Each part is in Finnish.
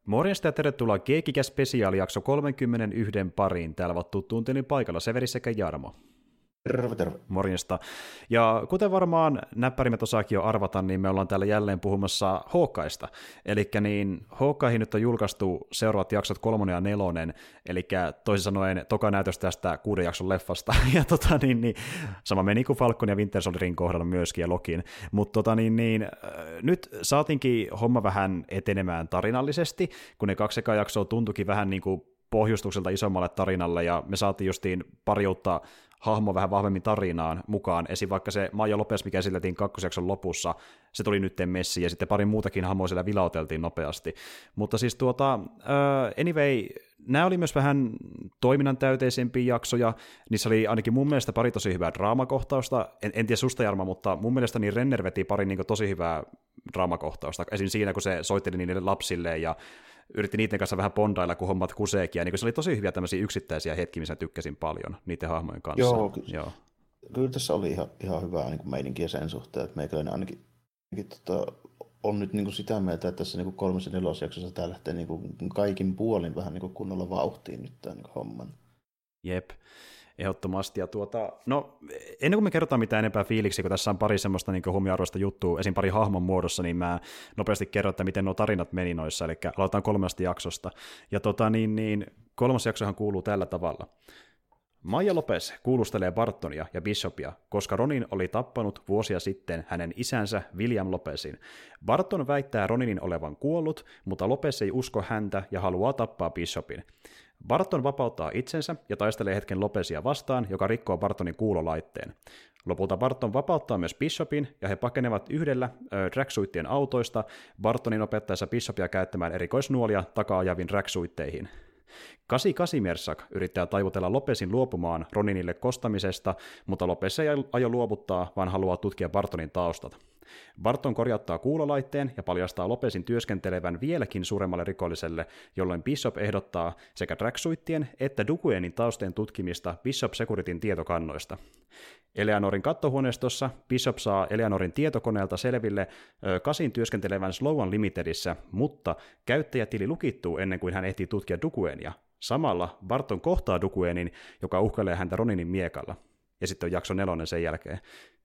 Morjesta ja tervetuloa Geekikä spesiaalijakso 31 pariin. Täällä ovat tuttuun tyylin paikalla Severi sekä Jarmo. Terve, terve. Morjesta. Ja kuten varmaan näppärimmät osaakin jo arvata, niin me ollaan täällä jälleen puhumassa Hawkeista. Eli niin Hawkeihin nyt on julkaistu seuraavat jaksot 3 ja 4, eli toisin sanoen toka näytös tästä 6 jakson leffasta. Ja sama meni kuin Falcon ja Winter Soldierin kohdalla myöskin ja Lokin. Mutta nyt saatiinkin homma vähän etenemään tarinallisesti, kun ne 2 ekaa jaksoa tuntuikin vähän niin kuin pohjustukselta isommalle tarinalle, ja me saatiin justiin pari uutta hahmo vähän vahvemmin tarinaan mukaan. Esim. Vaikka se Maya Lopez, mikä esiteltiin 2 jakson lopussa, se tuli nytten messiin, ja sitten pari muutakin hahmoa siellä vilauteltiin nopeasti. Mutta siis anyway, nämä oli myös vähän toiminnan täyteisempiä jaksoja, niissä oli ainakin mun mielestä pari tosi hyvää draamakohtausta, en tiedä susta Jarmo, mutta mun mielestä niin Renner veti pari niin tosi hyvää draamakohtausta, esim. Siinä, kun se soitteli niille lapsille, ja yritti niiden kanssa vähän bondailla, kun hommat kuseekin, ja niin se oli tosi hyviä tämmöisiä yksittäisiä hetkiä, missä tykkäsin paljon niiden hahmojen kanssa. Joo. Kyllä tässä oli ihan hyvää niin meininkiä sen suhteen, että meikäläinen ainakin on nyt niin kuin sitä mieltä, että tässä niin 3. ja 4. jaksossa tämä lähtee niin kuin kaikin puolin vähän niin kuin kunnolla vauhtiin nyt tämä niin homman. Jep. Ehdottomasti. Ja no, ennen kuin me kerrotaan mitään enempää fiiliksiä, kun tässä on pari semmoista niin huomioarvoista juttua, esim. Pari hahmon muodossa, niin mä nopeasti kerron, että miten nuo tarinat meni noissa, eli aloitetaan 3. jaksosta. Ja 3. jaksohan kuuluu tällä tavalla. Maya Lopez kuulustelee Bartonia ja Bishopia, koska Ronin oli tappanut vuosia sitten hänen isänsä William Lopezin. Barton väittää Roninin olevan kuollut, mutta Lopez ei usko häntä ja haluaa tappaa Bishopin. Barton vapauttaa itsensä ja taistelee hetken Lopezia vastaan, joka rikkoo Bartonin kuulolaitteen. Lopulta Barton vapauttaa myös Bishopin, ja he pakenevat yhdellä tracksuittien autoista Bartonin opettaessa Bishopia käyttämään erikoisnuolia taka-ajaviin tracksuitteihin. Kasi Kasimersak yrittää taivutella Lopezin luopumaan Roninille kostamisesta, mutta Lopez ei aio luovuttaa, vaan haluaa tutkia Bartonin taustat. Barton korjauttaa kuulolaitteen ja paljastaa Lopezin työskentelevän vieläkin suuremmalle rikolliselle, jolloin Bishop ehdottaa sekä tracksuittien että Duguenin taustojen tutkimista Bishop Securityn tietokannoista. Eleanorin kattohuoneistossa Bishop saa Eleanorin tietokoneelta selville Kasin työskentelevän Slow Unlimitedissä, mutta käyttäjätili lukittuu ennen kuin hän ehtii tutkia Duguenia. Samalla Barton kohtaa Duguenin, joka uhkailee häntä Roninin miekalla. Ja sitten on jakso 4 sen jälkeen.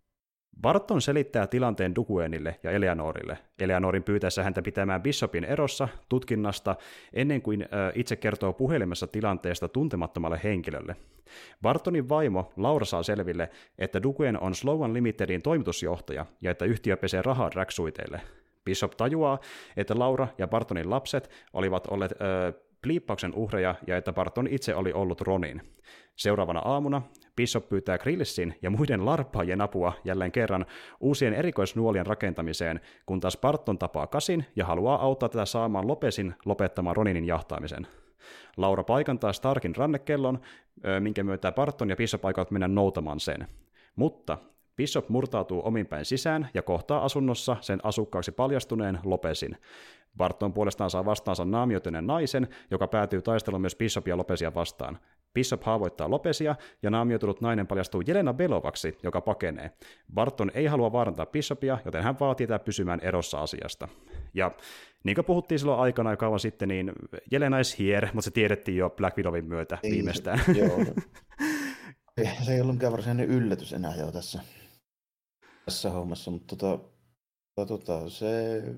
Barton selittää tilanteen Duguenille ja Eleanorille. Eleanorin pyytäessä häntä pitämään Bishopin erossa tutkinnasta ennen kuin itse kertoo puhelimessa tilanteesta tuntemattomalle henkilölle. Bartonin vaimo Laura saa selville, että Duguen on Slow Unlimitedin toimitusjohtaja ja että yhtiö pesee rahaa tracksuiteille. Bishop tajuaa, että Laura ja Bartonin lapset olivat olleet bliippauksen uhreja ja että Barton itse oli ollut Ronin. Seuraavana aamuna Bishop pyytää Grillsin ja muiden larppaajien apua jälleen kerran uusien erikoisnuolien rakentamiseen, kun taas Barton tapaa Kasin ja haluaa auttaa tätä saamaan Lopezin lopettamaan Roninin jahtaamisen. Laura paikantaa Starkin rannekellon, minkä myötä Barton ja Bishop aikovat mennä noutamaan sen. Mutta Bishop murtautuu ominpäin sisään ja kohtaa asunnossa sen asukkaaksi paljastuneen Lopezin. Barton puolestaan saa vastaansa naamioituneen naisen, joka päätyy taisteluun myös Bishopia Lopezia vastaan. Bishop haavoittaa Lopezia, ja naamioitunut nainen paljastuu Jelena Belovaksi, joka pakenee. Barton ei halua vaarantaa Bishopia, joten hän vaatii tätä pysymään erossa asiasta. Ja niin kuin puhuttiin silloin aikana jo kauan sitten, niin Jelena is here, mutta se tiedettiin jo Black Widowin myötä viimeistään. Joo. Se ei ollut mikään varsinainen yllätys enää jo tässä hommassa, mutta se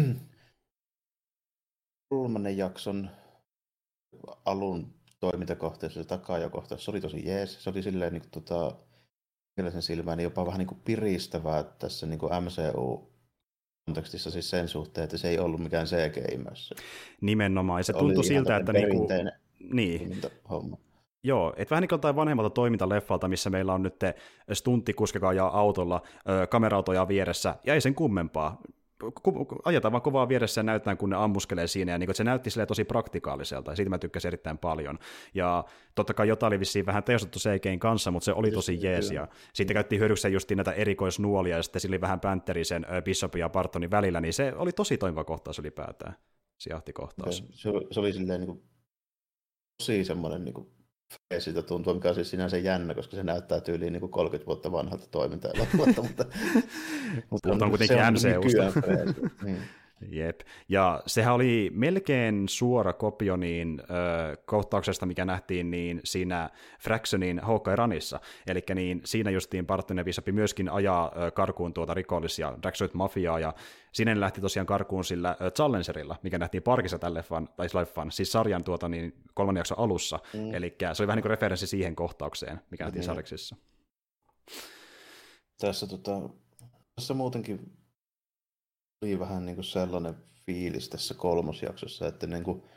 3. jakson alun toimintakohteessa, se takaajakohtaus, se oli tosi jees. Se oli silleen niin mieleisen silmään jopa vähän niin kuin piristävää tässä niin kuin MCU-kontekstissa siis sen suhteen, että se ei ollut mikään CGI-mössä. Nimenomaan, ja se tuntui siltä, että niin. Homma. Joo, että vähän niin kuin jotain vanhemmalta toimintaleffalta, missä meillä on nyt stuntti kuskekaa ja autolla, kamerautoja vieressä, ja ei sen kummempaa. Ajetaan vaan kovaa vieressä ja näytetään, kun ne ammuskelee siinä, ja niin, se näytti tosi praktikaaliselta, ja siitä mä tykkäsin erittäin paljon. Ja totta kai jotain oli vissiin vähän teostettu CGI:n kanssa, mutta se oli tosi jees, ja siitä käyttiin hyödykseen just näitä erikoisnuolia, ja sitten sillä oli vähän pänterisen Bishopin ja Bartonin välillä, niin se oli tosi toimiva kohtaus ylipäätään, se jahtikohtaus. Se oli silleen niin kuin, tosi semmoinen niin kuin siitä tuntuu, mikä on siis sinänsä jännä, koska se näyttää tyyliin niin kuin 30 vuotta vanhalta toimintaelokuvasta, mutta on kuitenkin MCUsta. Niin. Jep. Ja sehän oli melkein suora kopio kohtauksesta, mikä nähtiin niin siinä Fractionin Hawkeye Runissa. Eli niin siinä justiin Barton ja Bishop myöskin ajaa karkuun tuota rikollisia Drag Mafiaa, ja sinne ne lähti tosiaan karkuun sillä Challengerilla, mikä nähtiin parkissa tämän leffan, siis sarjan 3. jakson alussa. Eli se oli vähän niin kuin referenssi siihen kohtaukseen, mikä nähtiin sarjiksissa. Tässä muutenkin oli vähän niin kuin sellainen fiilis tässä 3. jaksossa, että niin kuin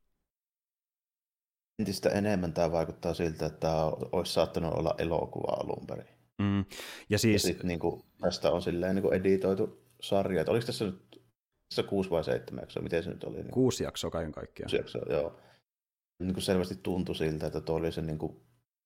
entistä enemmän tämä vaikuttaa siltä, että tämä olisi saattanut olla elokuva alun perin. Ja sitten niin kuin, tästä on silleen niin kuin editoitu sarja. Että oliko tässä nyt 6 vai 7 jaksoa? Miten se nyt oli? 6 jaksoa kaiken kaikkiaan. 6 jaksoa, joo. Niin kuin selvästi tuntui siltä, että tuo oli se niin kuin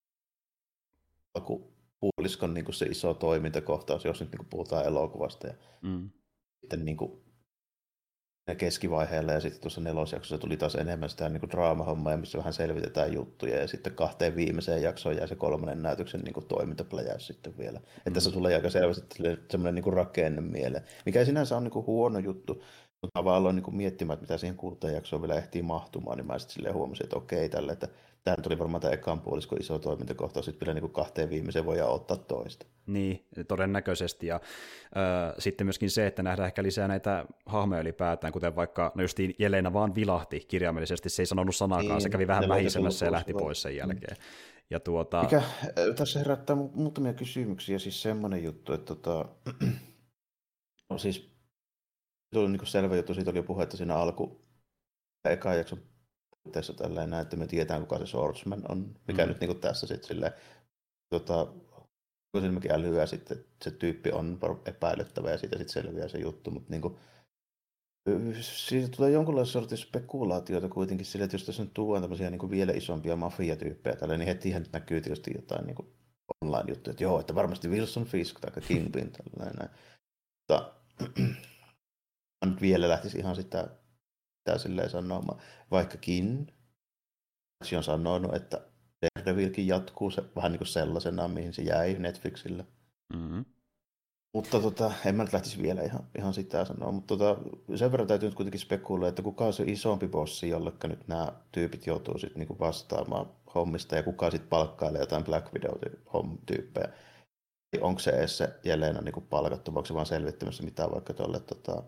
puoliskon niin kuin se iso toimintakohtaus, jos nyt niin kuin puhutaan elokuvasta. Ja sitten niin kuin keskivaiheella ja sitten tuossa 4. jaksossa tuli taas enemmän sitä niin kuin draamahommaa, missä vähän selvitetään juttuja, ja sitten 2 viimeiseen jaksoon jäi se 3. näytöksen niin kuin toimintapläjäys sitten vielä. Että tässä tulee aika selvästi semmoinen niin kuin rakenne mieleen, mikä ei sinänsä ole niin kuin huono juttu, mutta mä vaan aloin niin kuin miettimään, että mitä siihen 6. jaksoon vielä ehtii mahtumaan, niin mä sitten silleen huomasin, että okei, tälle, että tämähän tuli varmaan tämä ekan puolisko iso toimintakohtaus, sitten vielä niin kuin 2 viimeiseen voidaan ottaa toista. Niin, todennäköisesti. Ja sitten myöskin se, että nähdään ehkä lisää näitä hahmoja ylipäätään, kuten vaikka, no justiin Jelena vaan vilahti kirjaimellisesti, se ei sanonut sanaakaan, niin, se kävi vähän vähisemässä ja lähti pois sen jälkeen. Ja mikä tässä herättää muutamia kysymyksiä, siis semmoinen juttu, että no siis tuli niin kuin selvä juttu, siitä oli jo puhetta siinä ekan jakson puitteissa tällainen, että me tiedetään, kuka se Swordsman on, mikä nyt niin kuin tässä sitten silleen, silmäkin älyä sitten, että se tyyppi on epäilyttävä ja siitä sitten selviää se juttu, mutta niin kuin, siitä tulee jonkunlaista sortin spekulaatiota kuitenkin sille, että jos tässä nyt tuodaan tämmöisiä niin kuin vielä isompia mafiatyyppejä tällä, niin hetihän näkyy tietysti jotain niin kuin online-juttuja, että joo, että varmasti Wilson Fisk tai Kingpin tällainen. Mutta mä nyt vielä lähtisi ihan sitä silleen sanomaan, vaikkakin on sanonut, että Daredevilkin jatkuu se, vähän niin kuin sellaisena, mihin se jäi Netflixille. Mutta en mä nyt lähtisi vielä ihan sitä sanoa, mutta sen verran täytyy nyt kuitenkin spekuloida, että kuka on se isompi bossi, jollekka nyt nämä tyypit joutuu sitten niinku vastaamaan hommista ja kuka sitten palkkailee jotain Black Widow-tyyppejä. Onko se edes se Jelena niinku palkattu, vai onko se vaan selvittämässä mitä vaikka tuolle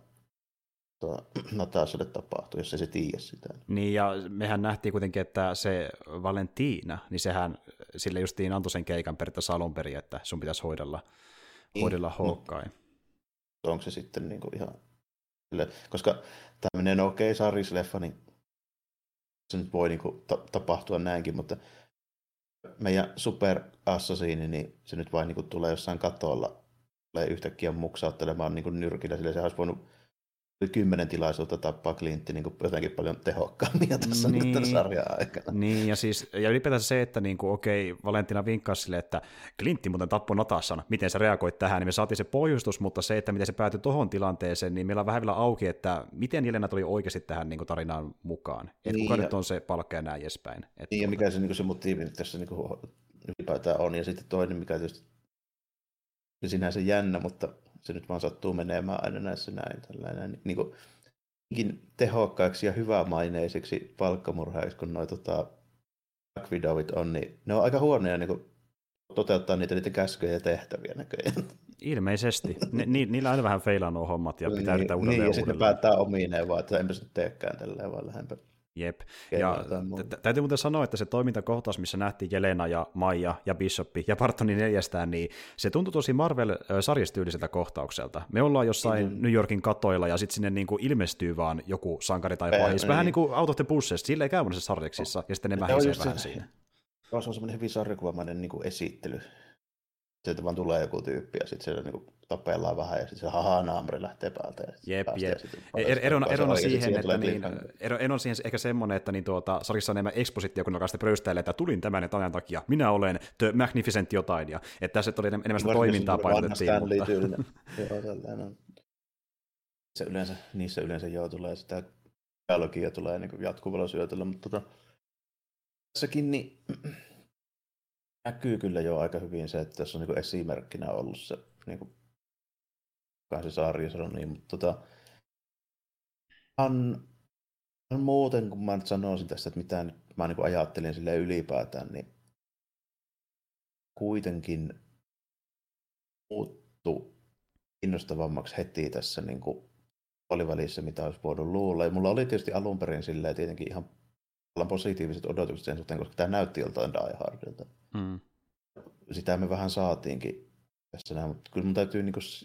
Natashalle tapahtuu, jos ei se tiedä sitä. Niin, ja mehän nähtiin kuitenkin, että se Valentina, niin sehän sille justiin antoi sen keikan periaatteessa alun perin, että sun pitäisi hoidella Hawkeye. Onko se sitten niinku ihan, koska tämmöinen sarjisleffa, niin se nyt voi niinku tapahtua näinkin, mutta meidän super-assassiini, niin se nyt vain niinku tulee jossain katolla, tulee yhtäkkiä muksauttelemaan niinku nyrkillä, sillä se olisi voinut 10 tilaisuutta tappaa Clintti niin jotenkin paljon tehokkaammin tässä sarjan aikana. Niin, ja ylipäätään se, että Valentina vinkkasi sille, että Clintti muuten tappoi Natashan, miten sä reagoit tähän, niin me saatiin se pohjustus, mutta se, että miten se päätyi tuohon tilanteeseen, niin meillä on vähän vielä auki, että miten Jelena tuli oikeasti tähän niin kuin tarinaan mukaan. Että niin, kuka nyt on se palkka ja näin edespäin. Niin, ja mikä se, se motiivi tässä ylipäätään on, ja sitten toinen, mikä tietysti sinänsä jännä, mutta se nyt vaan sattuu menemään aina näissä näin tällainen niin tehokkaaksi ja hyvämaineiseksi palkkamurhaiksi, kun noi Black Widowit on, niin ne on aika huonoja niin toteuttaa niitä käskyjä ja tehtäviä näköjään. Ilmeisesti. Niillä on aina vähän feilaa nuo hommat ja pitää yrittää uudelleen. Niin, ja sitten päättää omiineen vaan, että enpä sitten teekään tälleen, vaan lähempä. Jep. Ja täytyy muuten sanoa, että se toimintakohtaus, missä nähtiin Jelena ja Maija ja Bishop ja Bartoni 4, niin se tuntui tosi Marvel-sarjastyyliseltä kohtaukselta. Me ollaan jossain New Yorkin katoilla ja sitten sinne niinku ilmestyy vaan joku sankari tai pahis. Vähän niin kuin Out of the Bushes, sille ei käy monessa sarjaksissa ja sitten ne mähisee vähän siinä. Se on semmoinen hyvin sarjakuvamainen niin esittely. Sieltä vaan tulee joku tyyppi ja sitten siellä niin tapellaan vähän ja sitten se naamari lähtee päältä. Jep. Erona siihen ehkä semmoinen, että sarjassa on enemmän ekspositio, kun alkaa sitten pröystäillä, että tulin tämän ja tämän takia. Minä olen The Magnificent jotain. Ja että tässä oli enemmän sitä toimintaa painotettiin. Joo, tällainen. Niissä yleensä tulee sitä dialogia tulee niin jatkuvalla syötöllä, mutta tässäkin niin näkyy kyllä jo aika hyvin se, että tässä on niin esimerkkinä ollut se, niin kuin se sarja sanoi, niin, mutta muuten, kun mä nyt sanoisin tästä, että mitä nyt mä niin ajattelin silleen ylipäätään, niin kuitenkin muuttu innostavammaksi heti tässä niin kuin puolivälissä, mitä olisi voinut luulla. Ja mulla oli tietysti alun perin silleen tietenkin ihan positiiviset odotukset sen suhteen, koska tämä näytti joltain Die Hardilta. Mm. Sitä me vähän saatiinkin tässä näin, mutta kyllä mun täytyy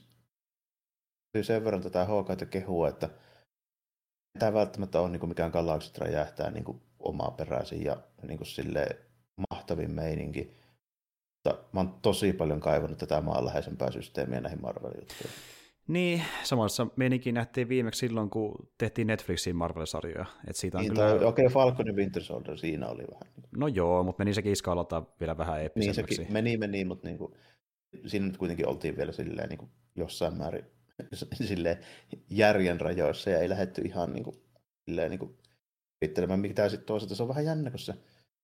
sen verran tätä Hawkeyeta kehua, että tämä välttämättä on mikään galaksit räjähtää omaperäisin ja silleen mahtavin meininki. Mutta mä oon tosi paljon kaivannut tätä maanläheisempää systeemiä näihin Marvel-juttuihin. Niin, samassa meininkin nähtiin viimeksi silloin, kun tehtiin Netflixin Marvel-sarjoja. Et siitä on niin, kyllä... Okei, Falcon ja Winter Soldier, siinä oli vähän. No joo, mutta meni sekin skaalata vielä vähän eeppisemmäksi. Niin, sekin meni, mutta siinä nyt kuitenkin oltiin vielä silleen jossain määrin silleen järjen rajoissa ja ei lähdetty ihan silleen pittelemään, mitä sitten toisaalta se on vähän jännä, kun se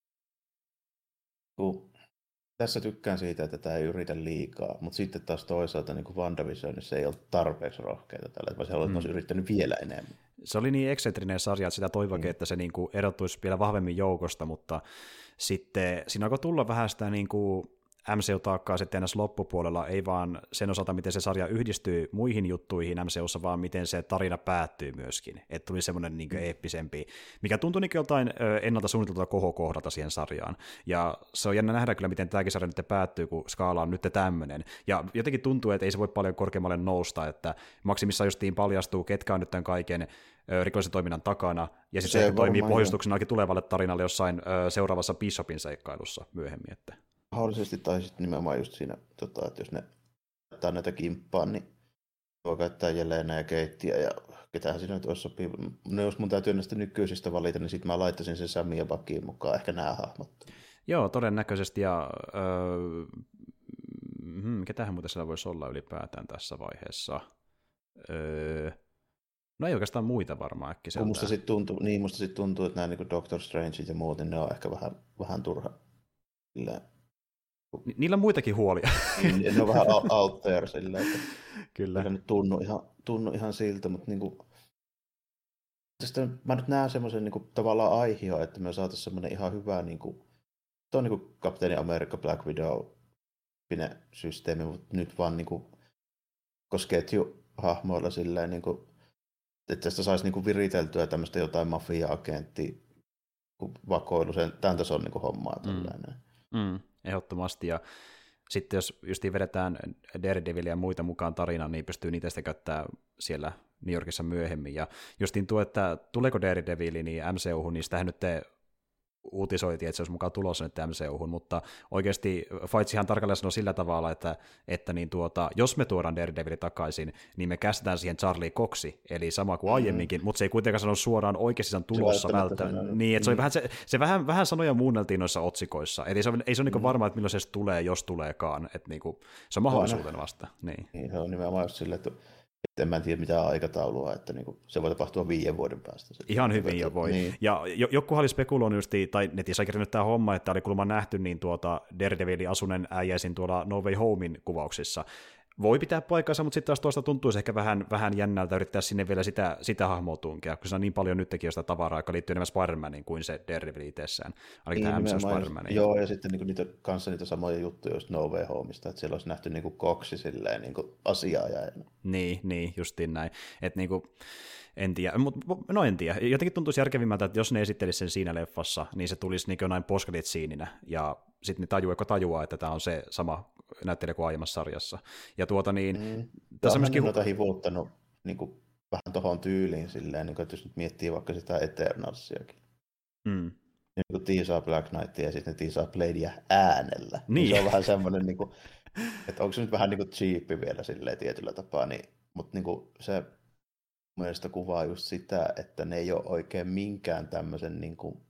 tässä tykkään siitä, että tämä ei yritä liikaa, mutta sitten taas toisaalta WandaVisionissa ei ole tarpeeksi rohkeita tällä, vaan se olisi yrittänyt vielä enemmän. Se oli niin eksentrinen sarja, että sitä toivoikin, että se erottuisi vielä vahvemmin joukosta, mutta sitten siinä alkoi tulla vähän sitä MCU-taakkaa sitten enää loppupuolella, ei vaan sen osalta, miten se sarja yhdistyy muihin juttuihin MCUssa, vaan miten se tarina päättyy myöskin. Että tuli semmoinen eeppisempi, mikä tuntui joltain ennalta suunniteltua kohokohdalta siihen sarjaan. Ja se on jännä nähdä kyllä, miten tämäkin sarja nyt päättyy, kun skaala on nyt tämmöinen. Ja jotenkin tuntuu, että ei se voi paljon korkeammalle nousta, että maksimissaan justiin paljastuu, ketkä on nyt tämän kaiken rikollisen toiminnan takana, ja sitten se toimii pohjustuksenakin tulevalle tarinalle jossain seuraavassa Bishopin seikkailussa myöhemmin. Että mahdollisesti tai sitten nimenomaan just siinä, että jos ne laittaa näitä kimppaan, niin voi käyttää Jelenä ja Keittiä ja ketähän siinä nyt olisi sopii. No jos mun täytyy näistä nykyisistä valita, niin sitten mä laittaisin sen Sami ja Buckyin mukaan, ehkä nämä hahmot. Joo, todennäköisesti, ja ketähän muuten siellä voisi olla ylipäätään tässä vaiheessa? No ei oikeastaan muita varmaan äkkiseltään. Musta sitten tuntuu, että nämä Doctor Strange ja muut, niin ne on ehkä vähän turha. Niillä on muitakin huolia. Niin, ne on vähän out there silleen, että kyllä. Nyt tunnu ihan siltä, mutta mä nyt näen semmoisen tavallaan aihio, että me saataisiin semmoinen ihan hyvä tuo Kapteeni Amerikka, Black Widow systeemi, mutta nyt vaan koskee hahmoilla silleen että tästä saisi viriteltyä tämmöistä jotain mafia-agenttia vakoilu, tämän tason hommaa. Ehdottomasti, ja sitten jos justiin vedetään Daredevilia ja muita mukaan tarinaan, niin pystyy niitä sitten käyttää siellä New Yorkissa myöhemmin, ja justiin tuo, että tuleeko Daredevili niin MCUhun, niin sitähän nyt uutisoitiin, että se olisi mukaan tulossa nyt MCUhun, mutta oikeasti Feige ihan tarkalleen sanoi sillä tavalla, että jos me tuodaan Daredevili takaisin, niin me kästetään siihen Charlie Coxi, eli sama kuin aiemminkin, mutta se ei kuitenkaan sano suoraan oikeasti sen tulossa välttämättä. Niin, että se oli se vähän sanoja muunneltiin noissa otsikoissa, eli ei se ole varma, että milloin se tulee, jos tuleekaan, että se on mahdollisuuden vasta. Niin, se on nimenomaan just silleen, että en mä tiedä mitään aikataulua, että se voi tapahtua 5 vuoden päästä. Ihan hyvin jo voi. Niin. Ja joku oli spekuloinut tai netissä kerännyt tämä homma, että oli kuulemma nähty Daredevilin asunen äijäisin tuolla No Way Homein kuvauksissa. Voi pitää paikkansa, mutta sitten taas tuosta tuntuisi ehkä vähän jännältä yrittää sinne vielä sitä hahmoa tunkea, kun se on niin paljon nyt sitä tavaraa, joka liittyy enemmän Spider-Maniin kuin se Daredevil itsessään. Ainakin tähän Spider-Maniin. Joo, ja sitten niitä samoja juttuja just No Way Homeista, että siellä olisi nähty Coxi silleen asiaajana. Niin, justiin näin. Että en tiedä, en tiedä. Jotenkin tuntuisi järkevimmältä, että jos ne esittelisi sen siinä leffassa, niin se tulisi jonain post-credit-siininä, ja sitten ne tajuaa, että tämä on se sama näyttelijä kuin aiemmassa sarjassa. Ja tässä on myöskin noita hivuuttanut vähän tuohon tyyliin silleen, että jos nyt miettii vaikka sitä Eternalsiakin. Niin tiisaa Black Knightia ja sitten ne tiisaa Bladea äänellä. Niin. Se on vähän semmoinen, että onko se nyt vähän cheapi vielä silleen tietyllä tapaa, mutta se mielestäni kuvaa just sitä, että ne ei ole oikein minkään tämmöisen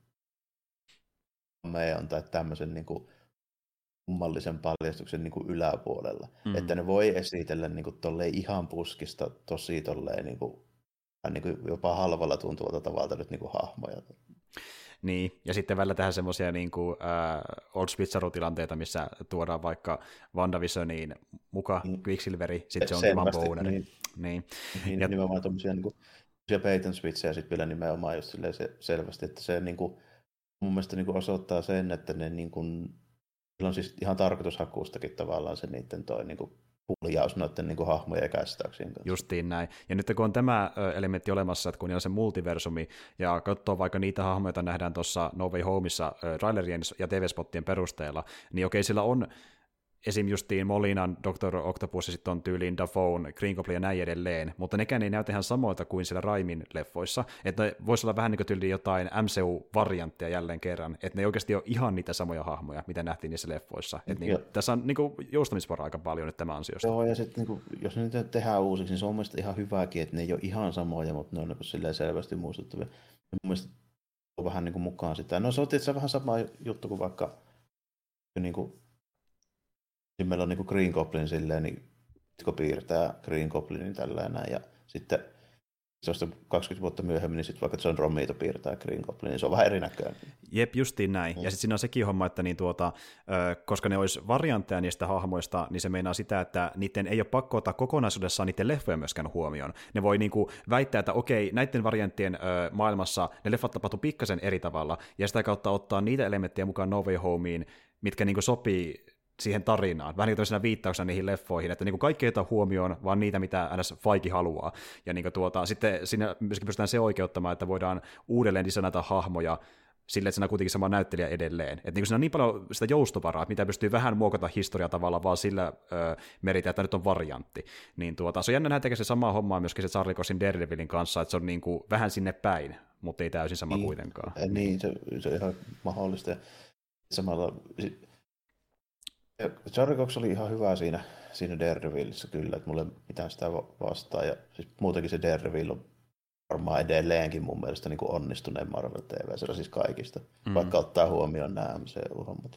meidän tai tämmöisen kummallisen paljastuksen yläpuolella. Että ne voi esitellä tolleen ihan puskista tosi tolleen jopa halvalla tuntuvalta tavalta nyt hahmoja. Niin, ja sitten välillä tehdään semmoisia Old Spitzaru-tilanteita, missä tuodaan vaikka WandaVisioniin muka Quicksilveri, sitten se on Ivan Bowner. Niin. Ja nimenomaan tommosia ja bait and switchejä sitten vielä nimenomaan just selvästi, että se niin kuin, mun mielestä niin kuin osoittaa sen, että ne niin kuin, on siis ihan tarkoitushakuustakin tavallaan se niiden toi niin kuin puljaus noiden niin kuin hahmojen ja käsittääksien kanssa. Justiin näin. Ja nyt kun on tämä elementti olemassa, että kun on se multiversumi, ja katsoo vaikka niitä hahmoja, joita nähdään tuossa No Way Homeissa trailerien ja TV-spottien perusteella, niin okei, sillä on esim. Justiin Molinan Dr. Octopus ja sitten on tyyliin Dafoe, Green Goblin ja näin edelleen, mutta nekään ei näytä ihan samoilta kuin siellä Raimin leffoissa, että ne voisi olla vähän niin kuin tyyliin jotain MCU-variantteja jälleen kerran, että ne ei oikeasti ole ihan niitä samoja hahmoja, mitä nähtiin niissä leffoissa, että niin, tässä on niin joustamisvaraa aika paljon nyt tämän ansiosta. Joo, ja sitten niin jos ne nyt tehdään uusiksi, niin se on mielestäni ihan hyväkin, että ne ei ole ihan samoja, mutta ne on niin selvästi muistuttavia. Ja mun mielestä on vähän niin kuin mukaan sitä. No se on tietysti vähän sama juttu kuin vaikka niin kuin meillä on niin kuin Green Goblin silleen, niin kun piirtää Green Goblinin tällainen, ja sitten se on 20 vuotta myöhemmin, niin sitten vaikka John Romita piirtää Green Goblin, niin se on vähän erinäköinen. Jep, justiin näin. Ja sitten siinä on sekin homma, että koska ne olisi variantteja niistä hahmoista, niin se meinaa sitä, että niiden ei ole pakko ottaa kokonaisuudessaan niiden leffoja myöskään huomioon. Ne voi väittää, että okei, näiden varianttien maailmassa ne leffat tapahtuu pikkasen eri tavalla, ja sitä kautta ottaa niitä elementtejä mukaan No Way Homeen, mitkä sopii siihen tarinaan, vähän niin kuin toisena viittauksena niihin leffoihin, että kaikki ei ota huomioon, vaan niitä, mitä NS Feige haluaa. Ja sitten siinä myöskin pystytään se oikeuttamaan, että voidaan uudelleen designata hahmoja sille, että siinä on kuitenkin sama näyttelijä edelleen. Että siinä on niin paljon sitä joustovaraa, mitä pystyy vähän muokata historiaa tavalla, vaan sillä meritä, että nyt on variantti. Niin se on jännä nähdä se samaa hommaa myöskin se Charlie Coxin Daredevilin kanssa, että se on vähän sinne päin, mutta ei täysin sama kuitenkaan. Niin, se on ihan mahdollista. Ja samalla Charlie Cox oli ihan hyvä siinä Daredevilissä kyllä, että mulla ei mitään sitä vastaa. Ja siis muutenkin se Daredevil on varmaan edelleenkin mun mielestä niin kuin onnistuneen Marvel TV, siis kaikista, vaikka ottaa huomioon nämä MCU-hommat.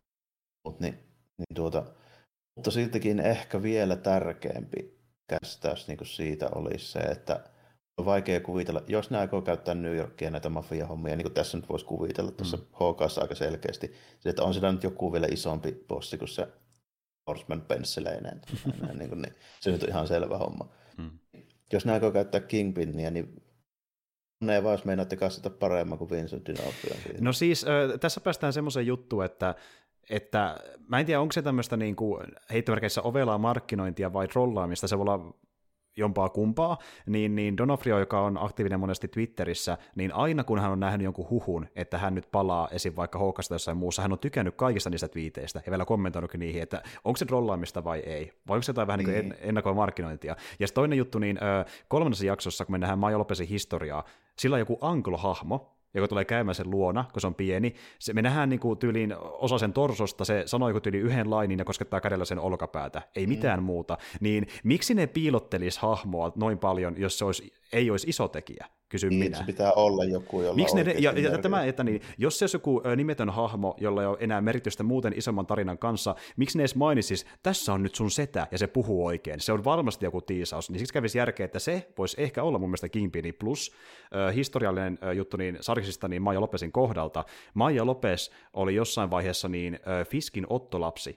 Mutta siltikin ehkä vielä tärkeämpi käsittäys niin kuin siitä olisi se, että on vaikea kuvitella, jos ne aikoo käyttää New Yorkia näitä mafia-hommia, niin kuin tässä nyt voisi kuvitella tuossa HK:ssa aika selkeästi, että on siellä nyt joku vielä isompi bossi kuin se Horseman pensseleineen. niin, se nyt on ihan selvä homma. Jos ne aikoo käyttää Kingpinia, niin ne ei vaan meinaatte kassata paremmin kuin Vincent D'Onofrio. No siis tässä päästään semmoiseen juttuun, että mä en tiedä, onko se tämmöistä heittomerkeissä ovelaa markkinointia vai trollaamista, se voi olla jompaa kumpaa, niin D'Onofrio, joka on aktiivinen monesti Twitterissä, niin aina kun hän on nähnyt jonkun huhun, että hän nyt palaa esim. Vaikka HK:sta jossain muussa, hän on tykännyt kaikista niistä twiiteistä ja vielä kommentoinutkin niihin, että onko se trollaamista vai ei, vai onko se jotain vähän niin kuin ennakoivaa markkinointia. Ja sitten toinen juttu, niin 3. jaksossa, kun me nähdään Maya Lopesin historiaa, sillä on joku Anglo-hahmo, joka tulee käymään sen luona, kun se on pieni. Me nähdään tyyliin osa sen torsosta, se sanoo joku tyyliin yhden lainin ja koskettaa kädellä sen olkapäätä. Ei mitään muuta. Niin miksi ne piilottelisi hahmoa noin paljon, jos se ei olisi iso tekijä? Kysyn minä. Se pitää olla joku, jolla miksi ja tämä, että jos se olisi joku nimetön hahmo, jolla ei ole enää merkitystä muuten isomman tarinan kanssa, miksi ne edes mainitsisi, tässä on nyt sun setä, ja se puhuu oikein. Se on varmasti joku tiisaus. Niin siksi kävisi järkeä, että se voisi ehkä olla mun mielestä Kingpini plus historiallinen juttu niin Sarkisista niin Maya Lopesin kohdalta. Maya Lopez oli jossain vaiheessa Fiskin ottolapsi.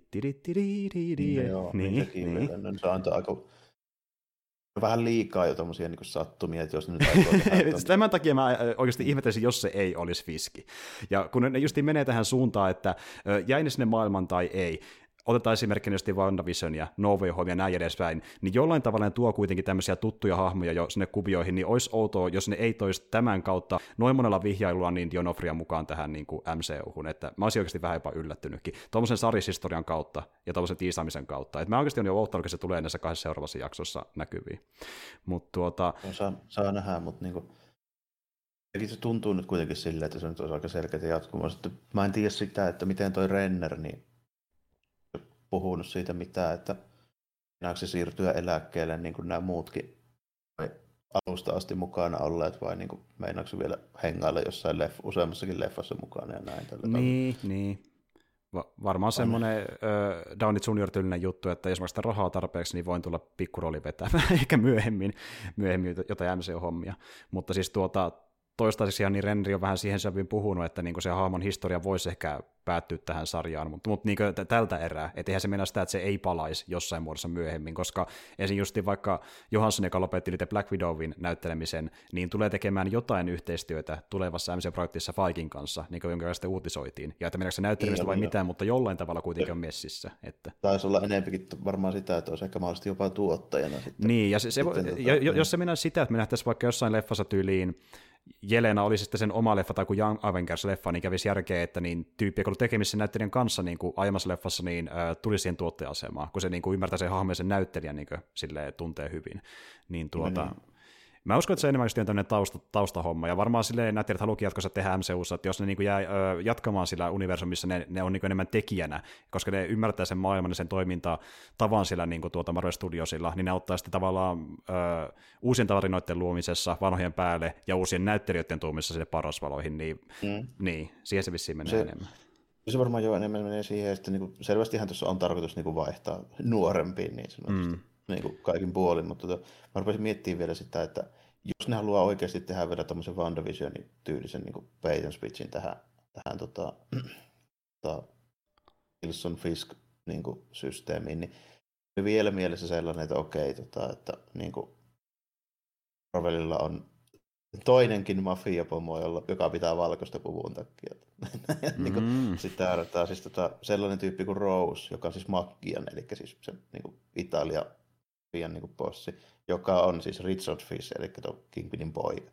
Joo, niin. Se on aika vähän liikaa jo tommosia niin sattumia, että jos ne nyt aikoo Tämän takia mä oikeasti ihmettelisin, jos se ei olisi Fiski. Ja kun ne justiin menee tähän suuntaan, että jäi ne sinne maailman tai ei, otetaan esimerkkinä just WandaVision ja No Way Home ja näin edespäin, niin jollain tavalla ne tuo kuitenkin tämmöisiä tuttuja hahmoja jo sinne kuvioihin, niin olisi outoa, jos ne ei toisi tämän kautta noin monella vihjailulla niin D'Onofrio mukaan tähän niin kuin MCUhun, että mä olisin oikeasti vähän jopa yllättynytkin, tuommoisen sarjishistorian kautta ja tuommoisen tiisaamisen kautta, että mä oikeasti olen jo odottanut, että se tulee näissä 2 seuraavassa jaksossa näkyviin. Saa nähdä, mutta se tuntuu nyt kuitenkin silleen, että se nyt olisi aika selkeä jatkumo. Mä en tiedä sitä, että miten toi Renner, niin puhunut siitä mitään, että pitääkö se siirtyä eläkkeelle niin kuin nämä muutkin alusta asti mukana olleet, vai niin kuin meinaako se vielä hengailla jossain useammassakin leffassa mukana ja näin. Niin. Varmaan semmoinen Downey Jr.-tyylinen juttu, että jos mä sitä rahaa tarpeeksi, niin voin tulla pikkurooli vetämään, eikä myöhemmin jotain MCU-hommia. Mutta siis toistaiseksi niin Renri on vähän siihen sävyyn puhunut, että niin se hahmon historia voisi ehkä päättyä tähän sarjaan, mutta niin tältä erää, että eihän se mennä sitä, että se ei palaisi jossain muodossa myöhemmin, koska esim. Justiin vaikka Johansson, joka lopetti nyt Black Widowin näyttelemisen, niin tulee tekemään jotain yhteistyötä tulevassa MC-projektissa Faikin kanssa, niin kuin jonka sitten uutisoitiin, ja että mennäänkö se näyttelemistä vai mitään, mutta jollain tavalla kuitenkin on messissä. Että. Taisi olla enemmänkin varmaan sitä, että olisi ehkä mahdollisesti jopa tuottajana sitten. Niin, ja jos se mennään sitä, että me nähtäisiin vaikka jossain leffassa tyyliin, Jelena olisi sitten sen oma leffa tai kuin Young Avengers-leffa, niin kävisi järkeä, että niin tyyppi, joka oli tekemisissä näyttelijän kanssa niin kuin aiemmassa leffassa, niin tulisi siihen tuottaja-asemaan, kun se niin kuin ymmärtää sen hahmon ja sen näyttelijän niin kuin, silleen, tuntee hyvin. Niin mä uskon, että se enemmän just tämmöinen taustahomma, ja varmaan silleen näyttelijät haluakin jatkossa tehdä MCUssa, että jos ne niin kuin jää jatkamaan sillä universumissa, ne on niin kuin enemmän tekijänä, koska ne ymmärtää sen maailman ja sen toimintatavan sillä niin kuin Marvel Studiosilla, niin ne auttaa sitten tavallaan uusien tarinoiden luomisessa vanhojen päälle ja uusien näyttelijöiden tuomisessa sinne parasvaloihin, niin siihen se vissiin menee enemmän. Se varmaan jo enemmän menee siihen, että niin selvästihän tuossa on tarkoitus niin kuin vaihtaa nuorempiin niin sanotusti. Niin kuin kaikin puolin, mutta mä rupesin miettimään vielä sitä, että jos ne haluaa oikeasti tehdä vielä tämmöisen WandaVisionin tyylisen niin bait and switchin tähän Wilson Fisk niin systeemiin, niin vielä mielessä sellainen, että okei, että niin Marvelilla on toinenkin mafiapomo, joka pitää valkoista puvun takia. Sitten tarvitaan siis sellainen tyyppi kuin Rose, joka on siis Macchian, eli siis se niin Italia niin bossi, joka on siis Richard Fish, eli tuo Kingpinin poika.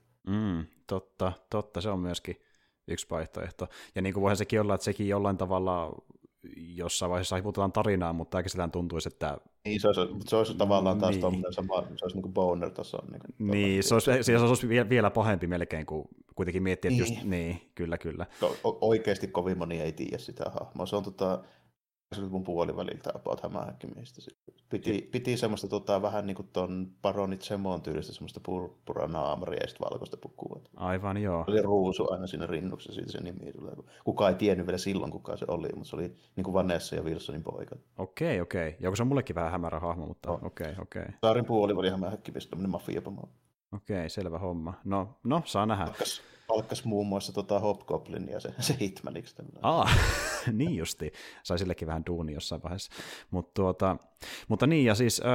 Totta, se on myöskin yksi vaihtoehto. Ja niin kuin voihan sekin olla, että sekin jollain tavalla jossain vaiheessa hiputetaan tarinaa, mutta oikeastaan tuntuisi, että... Niin, se olisi tavallaan taas tommoinen sama, se olisi niin kuin Boner-tason. Niin, se olisi vielä pahempi melkein, kuin kuitenkin miettiä, että just... Niin, kyllä. Oikeasti kovin moni ei tiedä sitä hahmoa. Se on mun puoliväliltä about hämähäkkimistä. Piti semmoista vähän niin kuin ton Baronit Semon tyylistä semmoista purppuranaamaria ja sitten valkoista pukua. Aivan, joo. Se oli ruusu aina siinä rinnuksessa, siitä se nimi tulee. Kukaan ei tiennyt vielä silloin, kuka se oli, mutta se oli niin kuin Vanessa ja Wilsonin poika. Okei. Joku se on mullekin vähän hämärä hahmo, mutta okei. Saarin puoliväli hämähäkkimistä, tämmöinen mafiapamo. Okei, selvä homma. No, saa nähdä. Palkkas muun muassa Hobgoblin ja se Hitmaniksi. Niin justi. Sai sillekin vähän duuni jossain vaiheessa. Mutta niin, ja siis...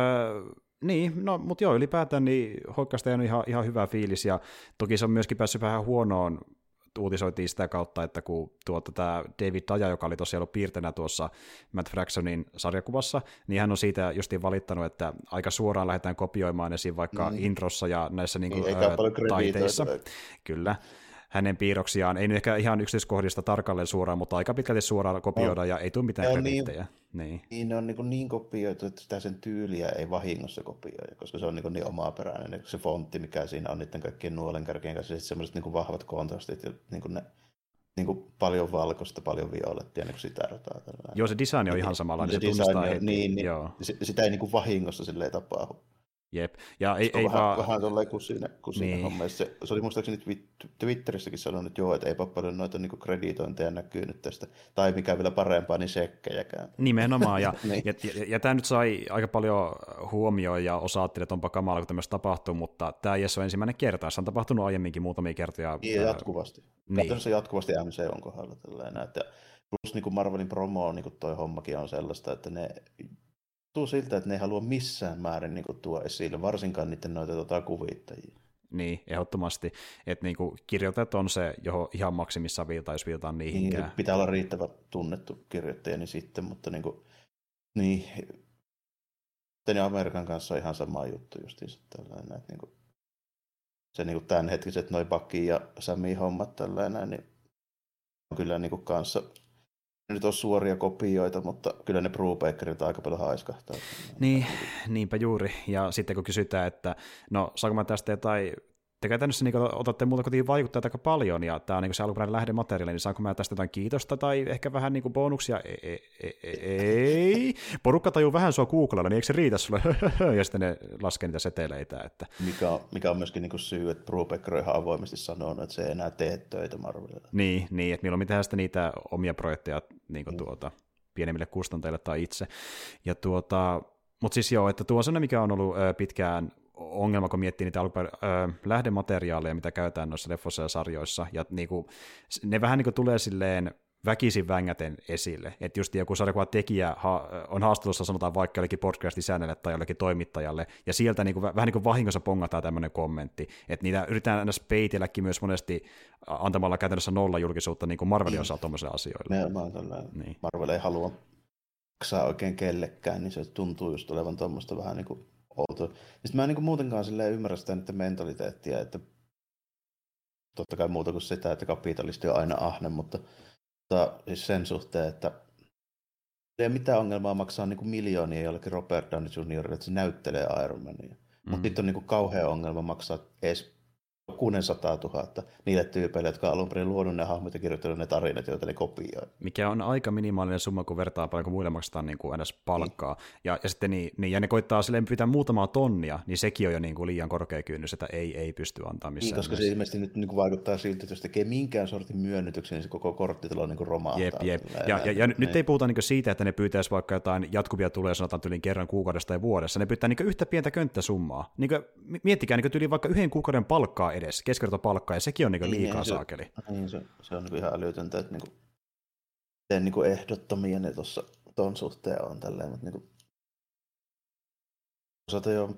mutta joo, ylipäätään niin Hoikkaasta on ihan hyvä fiilis, ja toki se on myöskin päässyt vähän huonoon, uutisoitiin sitä kautta, että kun tämä David Daya, joka oli tosiaan ollut piirtenä tuossa Matt Fractionin sarjakuvassa, niin hän on siitä justiin valittanut, että aika suoraan lähdetään kopioimaan esim. Vaikka introssa ja näissä taiteissa. Kyllä. Hänen piirroksiaan, ei nyt ehkä ihan yksityiskohdista tarkalleen suoraan, mutta aika pitkälti suoraan kopioida ja ei tule mitään krediittejä. Niin, ne on niin kopioitu, että sitä sen tyyliä ei vahingossa kopioida, koska se on niin omaperäinen. Se fontti, mikä siinä on niiden kaikkien nuolenkärkien kanssa, ja semmoiset niin vahvat kontrastit ja paljon valkoista, paljon violettia, niin kuin sitä rataa. Joo, se design on ihan samanlainen, se tunnistaa heti. Niin, sitä ei niin vahingossa silleen tapahdu. Jep, ja ei vähän tolleen kuin siinä hommassa. Se oli muistaakseni Twitterissäkin sanonut, että joo, että eipä paljon noita niin kreditointeja näkyy nyt tästä, tai mikä vielä parempaa, niin sekkejäkään. Nimenomaan, ja tämä nyt sai aika paljon huomioon, ja osa ajatteli, että onpa kamala, kun tämmöistä tapahtuu, mutta tämä ei ole ensimmäinen kerta, se on tapahtunut aiemminkin muutamia kertoja. Niin, jatkuvasti. Käytännössä jatkuvasti MCUn kohdalla tällainen, että plus niin kuin Marvelin promo, niin kuin toi hommakin on sellaista, että ne tuntuu siltä, että ne ei halua missään määrin niin kuin tuo esille, varsinkaan niiden noita kuvittajia. Niin, ehdottomasti, että niin kuin kirjoitajat on se, johon ihan maksimissaan viiltaa, jos viiltaan niihinkään. Niin, pitää olla riittävä tunnettu kirjoittaja, niin sitten, mutta niin Amerikan kanssa on ihan sama juttu justiinsa tällainen, että niin kuin, se niin kuin tämänhetkiset noi Bucky ja Sammy hommat tällainen, niin on kyllä niin kuin kanssa nyt on suoria kopioita, mutta kyllä ne Brubakerilta aika paljon haiskahtaa. Niin, niinpä juuri. Ja sitten kun kysytään, että no saanko mä tästä jotain, te käytännössä niin otatte muuta kotiin vaikuttajat aika paljon, ja tämä on niin se alkuperäinen lähdemateriaali, niin saanko mä tästä jotain kiitosta tai ehkä vähän niin bonuksia? Ei. Porukka tajuu vähän sua Googlella, niin eikö se riitä sulle? Ja sitten ne laskee niitä seteleitä. Että... Mikä on myöskin niin syy, että Brubaker on ihan avoimesti sanonut, että se ei enää tee töitä Marvelilla. Niin, että milloin tehdään sitten niitä omia projekteja niin pienemmille kustantajille tai itse. Ja mutta siis joo, että tuo on sellainen, mikä on ollut pitkään ongelma, kun miettii niitä lähdemateriaaleja, mitä käytetään noissa leffoissa ja sarjoissa, ja niinku, ne vähän niin kuin tulee silleen väkisin vängäten esille, että just joku sarjakuvan tekijä on haastattelussa, sanotaan vaikka jollekin podcast-isännelle tai jollekin toimittajalle, ja sieltä niinku, vähän niin kuin vahingossa pongataan tämmöinen kommentti, että niitä yritetään aina peitelläkin myös monesti antamalla käytännössä nolla julkisuutta niin kuin Marvelin osaa tuommoisille asioille. Niin. Marvel ei halua maksaa oikein kellekään, niin se tuntuu just olevan tuommoista vähän niin kuin outoa. Sitten mä en niin kuin muutenkaan silleen ymmärrä sitä nyt mentaliteettia, että totta kai muuta kuin sitä, että kapitalisti on aina ahne, mutta siis sen suhteen, että ei ole mitään ongelmaa maksaa niin kuin miljoonia jollekin Robert Downey Jr., että se näyttelee Iron Mania. Mutta sitten on niin kuin kauhea ongelma maksaa edes 600 000 niille tyypeille, jotka on alun perin luonut ne hahmot ja kirjoittanut ne tarinat, joita ne kopioi. Mikä on aika minimaalinen summa, kun vertaa paljon, kun muille maksetaan niin kuin edes palkkaa. Ja sitten ja ne koittaa silleen pyytää muutamaa tonnia, niin sekin on jo niin kuin liian korkea kynnys, että ei pysty antaa missään. Koska se ilmeisesti nyt niin kuin vaikuttaa siltä, että jos tekee minkään sortin myönnytyksen, niin se koko korttitalo niin kuin romahtaa. Jep. Ja nyt ei puhuta niin kuin siitä, että ne pyytäisi vaikka jotain jatkuvia tulee, sanotaan tyyliin kerran kuukaudesta tai vuodessa. Ne pyytää niin kuin yhtä pientä könttäsummaa. Niin kuin, miettikää niin kuin tyyliin vaikka yhden kuukauden palkkaa edes, keskivertopalkkaa, ja sekin on niin liikaa saakeli. Niin, se on niin ihan älytöntä, että miten niin ehdottomia ne tuossa tuon suhteen on tälleen, mutta niin osata jo,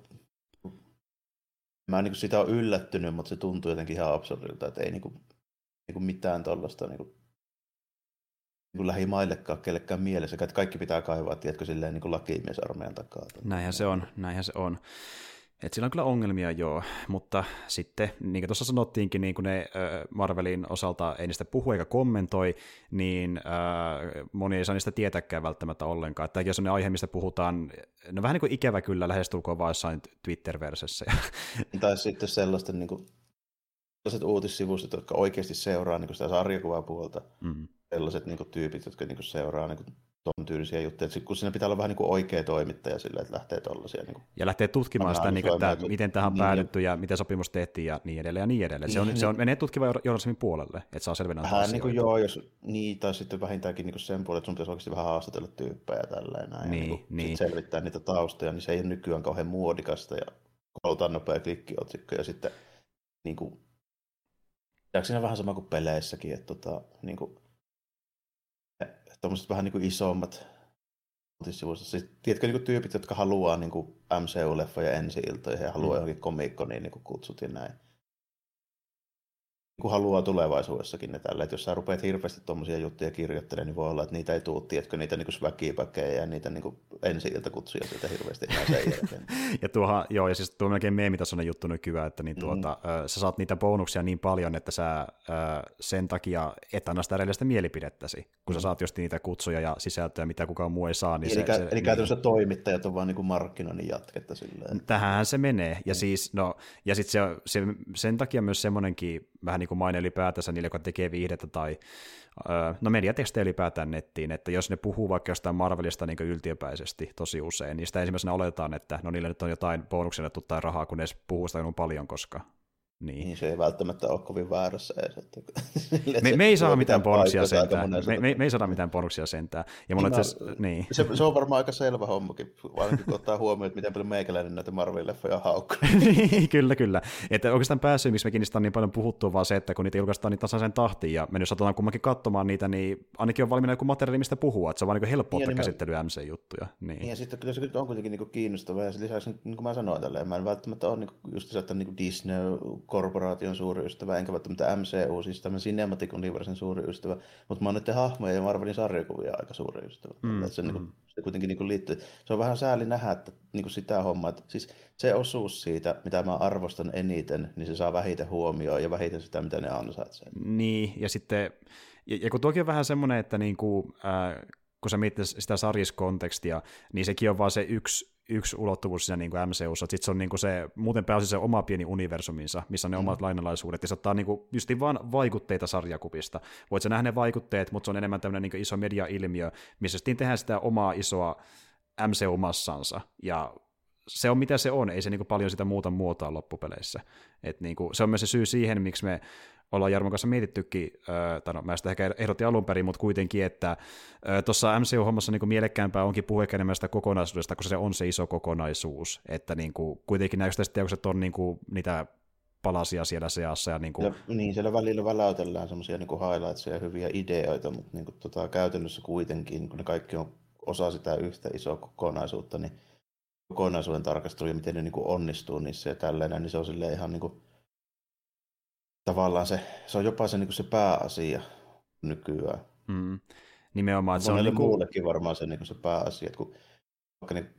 mä en niin sitä ole yllättynyt, mutta se tuntuu jotenkin ihan absurdilta, että ei niin mitään tuollaista niin lähimaillekaan kellekään mielessä, että kaikki pitää kaivaa, tiedätkö, silleen niin lakimiesarmeijan takaa. Näinhän se on. Et sillä on kyllä ongelmia, joo, mutta sitten, niin kuin tuossa sanottiinkin, niin kuin ne Marvelin osalta ei niistä puhu eikä kommentoi, niin moni ei saa niistä tietääkään välttämättä ollenkaan. Tämäkin on sellainen aihe, mistä puhutaan, no vähän niin kuin ikävä kyllä lähestulkoon vaan jossain Twitter-versessä. Tai sitten sellaisten niin kuin, sellaiset uutissivustot, jotka oikeasti seuraa niin kuin sitä sarjakuvapuolta, sellaiset niin kuin, tyypit, jotka niin kuin, seuraa niin kuin, ton tyylisiä juttuja, kun siinä pitää olla vähän niin kuin oikea toimittaja sillä, että lähtee tollaisia. Niin ja lähtee tutkimaan sitä, niin kuin, että miten tähän on päädytty ja miten sopimus tehtiin ja niin edelleen ja niin edelleen. Se on menee tutkivan journalismin puolelle, että saa selvennä asioita. Niin kuin joo, jos niin, tai sitten vähintäänkin niin kuin sen puolelle, että sun pitäisi oikeasti vähän haastatella tyyppejä ja tälleen näin. Niin. Selvittää niitä taustoja, niin se ei ole nykyään kauhean muodikasta ja halutaan nopea klikkiotsikko ja sitten niin kuin, siinä vähän sama kuin peleissäkin, että niin kuin, tuommoiset vähän niin kuin isommat uutissivuista. Siis, tiedätkö niin kuin tyypit, jotka haluaa niin kuin MCU-leffoja ensi-iltoihin ja haluaa johonkin komiikkoniin niin kuin kutsut ja näin. Niin kuin haluaa tulevaisuudessakin ne tällä. Että jos sä rupeat hirveästi tuommoisia juttuja kirjoittelemaan, niin voi olla, että niitä ei tule, tiedätkö, niitä niin kuin sväkipäkejä ja niitä niin kuin ensi-iltakutsuja sieltä hirveästi enää sen jälkeen. Ja siis tuo on melkein meemitasoinen juttu nykyään, että niin sä saat niitä bonuksia niin paljon, että sä sen takia et anna sitä edellistä mielipidettäsi, kun sä saat just niitä kutsuja ja sisältöjä, mitä kukaan muu ei saa. Niin eli käytännössä toimittajat on vaan niin kuin markkinoinnin jatketta silleen. Tähänhän se menee, ja siis, ja sitten sen takia myös semmoinenkin vähän niin kuin maine ylipäätänsä niille, jotka tekee viihdettä tai mediatekstejä ylipäätään nettiin, että jos ne puhuu vaikka jostain Marvelista niin yltiöpäisesti tosi usein, niin sitä ensimmäisenä oletetaan, että no niille nyt on jotain bonuksia tai rahaa, kun ne edes puhuu sitä paljon, koska niin se ei välttämättä ole kovin väärässä edes. Me ei saa mitään bonuksia sentään. Me ei saada mitään bonuksia sentään. Ja niin. Se on varmaan aika selvä hommakin, varsinkin kun ottaa huomioon, että miten paljon meikäläinen näitä Marvel-leffoja haukkuu. Kyllä. Että oikeastaan pääsy, miksi mekin niistä on niin paljon puhuttu, vaan se, että kun niitä julkaistaan niin tasaisen tahtiin, ja me nyt satutaan kummankin katsomaan niitä, niin ainakin on valmiina joku materiaali, mistä puhua, että se on vaan niin helppo ottaa käsittelyä MC-juttuja. Niin. Ja sitten kyllä se on kuitenkin niin kiinnostavaa, ja lisäksi, niin kuin mä sanoin tälleen, mä en välttämättä ole just se, että niin Disney korporaation suuri ystävä, enkä välttämättä MCU, siis tämän Cinematic Universen suuri ystävä, mutta mä oon näiden hahmoja ja Marvelin sarjakuvia aika suuri ystävä. Se kuitenkin niin liittyy. Se on vähän sääli nähdä, että niin sitä hommaa, että siis se osuus siitä, mitä mä arvostan eniten, niin se saa vähiten huomioon ja vähiten sitä, mitä ne ansaitsee. Niin, ja sitten, ja kun toki on vähän semmoinen, että niinku, kun sä mietit sitä sarjiskontekstia, niin sekin on vaan se yksi ulottuvuus siinä niin MCUssa, sitten se on niin se, muuten pääosin se oma pieni universuminsa, missä on ne omat lainalaisuudet, ja se ottaa niin justiin vaan vaikutteita sarjakuvista. Voit sä nähdä ne vaikutteet, mutta se on enemmän tämmöinen niin iso media-ilmiö, missä sitten tehdään sitä omaa isoa MCU-massansa, ja se on mitä se on, ei se niin paljon sitä muuta muotoa loppupeleissä. Et niin se on myös se syy siihen, miksi me ollaan Jarmon kanssa mietittykin, tai no mä sitä ehkä ehdotin alun perin, mutta kuitenkin, että tuossa MCU-hommassa niin mielekkäämpää onkin puhua enemmän sitä kokonaisuudesta, koska se on se iso kokonaisuus, että niin kuin, kuitenkin nämä yksittäiset teokset on niin kuin, niitä palasia siellä seassa. Ja niin, kuin... niin siellä välillä väläytellään semmoisia niin highlightsia ja hyviä ideoita, mutta niin kuin, käytännössä kuitenkin, kun ne kaikki on osa sitä yhtä isoa kokonaisuutta, niin kokonaisuuden tarkastelu ja miten ne niin kuin onnistuu niissä ja tällainen, niin se on silleen ihan niin kuin, tavallaan se on jopa se, niin kuin se pääasia nykyään. Nimenomaan. Että se on monelle niin kuin... muullekin varmaan se, niin kuin se pääasia, että kun vaikka ne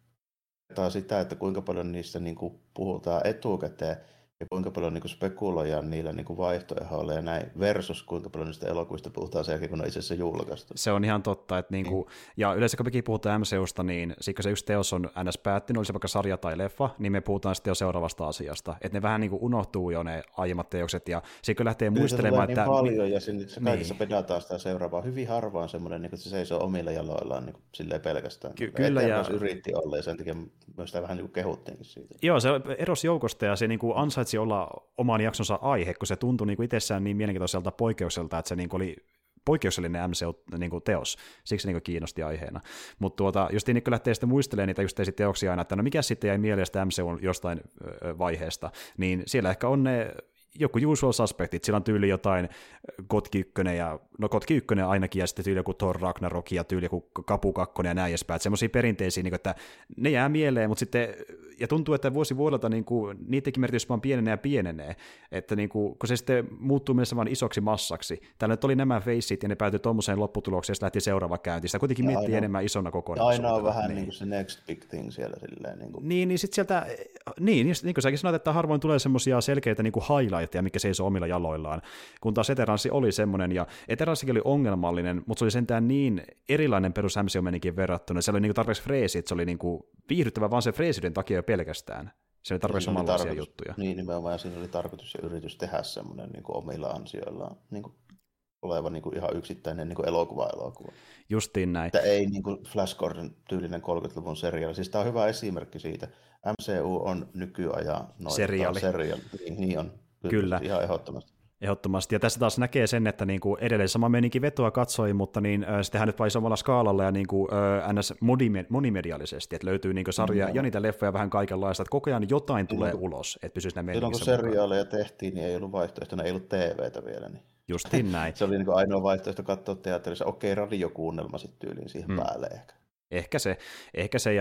vertaa sitä, että kuinka paljon niistä niin kuin puhutaan etukäteen, ja kuinka paljon niin kuin spekuloidaan niillä niin kuin vaihtoehdoilla ja näin, versus kuinka paljon niistä elokuvista puhutaan sen jälkeen, kun ne on itse asiassa julkaistu. Se on ihan totta, että niinku, ja yleensä kun mekin puhutaan MCUsta, niin kun se yksi teos on ns. Päättynyt, oli se vaikka sarja tai leffa, niin me puhutaan sitten jo seuraavasta asiasta. Että ne vähän niinku unohtuu jo ne aiemmat teokset, ja sitten kun lähtee muistelemaan, että... niin paljon, ja se kaikessa pedataan sitä seuraavaa. Hyvin harvaan semmoinen, niin että se seisoo omilla jaloillaan niin silleen pelkästään. Kyllä, ja... yritti olla, ja sen takia myös sitä vähän niin kehuttiinkin siitä. Joo, se erosi joukosta, ja se niinku ansaitsi olla oman jaksonsa aihe, kun se tuntui niinku itsessään niin mielenkiintoiselta poikkeukselta, että se niinku oli poikkeuksellinen MCU-teos, siksi se niinku kiinnosti aiheena. Mutta just niin kun lähtee sitten muistelemaan niitä justeisia teoksia aina, että no mikä sitten jäi mieleen sitä MCUn jostain vaiheesta, niin siellä ehkä on ne joku usual suspectit, sillä on tyyli jotain Kotki 1, ja no Kotki 1 ainakin, ja sitten tyyli joku Thor Ragnarok, ja tyyli joku Kapu 2 ja näin edespäin, että semmoisia perinteisiä, niin kuin, että ne jää mieleen, mutta sitten, ja tuntuu, että vuosi vuodelta niin kuin, niidenkin merkitys vaan pienenee ja pienenee, että niin kuin, kun se sitten muuttuu mielessä vaan isoksi massaksi. Täällä nyt oli nämä faceit, ja ne päätyi tuommoiseen lopputulokseen, ja sitten lähti seuraava käynti. Sitä kuitenkin miettii enemmän isona kokonaisuutena. Aina on vähän niin kuin se next big thing siellä silleen. Niin sitten sieltä, niin kuin säkin sanoit, että harvoin tulee semmoisia selkeitä niin kuin highlightteja, mikä seisoo omilla jaloillaan, kun taas Eternalsi oli semmoinen, ja Eternalsikin oli ongelmallinen, mutta se oli sentään niin erilainen perus MCU-menikin verrattuna, se oli niin kuin tarpeeksi freesi, että se oli niin kuin viihdyttävä vaan sen freesiyden takia jo pelkästään. Se oli tarpeeksi omanlaisia juttuja. Niin nimenomaan, ja siinä oli tarkoitus ja yritys tehdä semmoinen niin kuin omilla ansioillaan niin kuin oleva niin kuin ihan yksittäinen niin kuin elokuva. Justiin näin. Että ei niin kuin Flash Gordon tyylinen 30-luvun seriaali. Siis tämä on hyvä esimerkki siitä. MCU on nykyajan seriaali. Niin on. Kyllä. Ihan ehdottomasti. Ehdottomasti. Ja tässä taas näkee sen, että niin kuin edelleen sama meininki vetoa katsoi, mutta niin, se tehdään nyt vain isommalla skaalalla ja niin kuin, ns. Monimediaalisesti, että löytyy niin kuin sarja ja niitä leffoja vähän kaikenlaista, että koko ajan jotain tulee ulos, että pysyisi nämä meininkissä mukaan. Silloin kun seriaaleja tehtiin, niin ei ollut vaihtoehtona, ei ollut TVtä vielä. Niin. Justiin näin. Se oli niin kuin ainoa vaihtoehto katsoa teatterissa, okei, radiokuunnelma sitten tyyliin siihen päälle ehkä. Ehkä se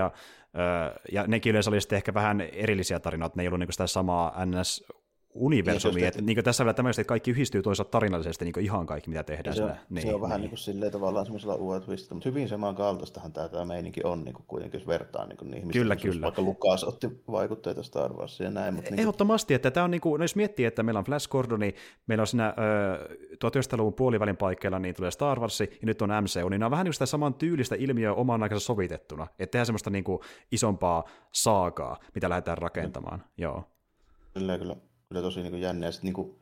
ja nekin yleensä oli sitten ehkä vähän erillisiä tarinoita, ne ei ollut niin kuin sitä samaa ns. Universumia, että niin tässä vielä tämmöistä, että kaikki yhdistyy toisaalta tarinallisesti niin ihan kaikki, mitä tehdään. Se on vähän niin kuin silleen tavallaan semmoisella uudella twistillä, mutta hyvin samankaltaistahan tämä meininki on niin kuin kuitenkin, jos vertaa niin niihin, mistä kyllä. Vaikka Lucas otti vaikutteita Star Warsia ja näin. Mutta ehdottomasti, että tämä on niin kuin, no jos miettii, että meillä on Flash Gordoni, meillä on siinä 1900-luvun puolivälin paikkeilla, niin tulee Star Wars, ja nyt on MCU, niin nämä on vähän niin kuin sitä saman tyylistä ilmiöä oman aikansa sovitettuna, että tehdään semmoista niin kuin isompaa saagaa, mitä lähdetään rakentamaan. Joo. Kyllä tosi niin jännä. Ja sitten niin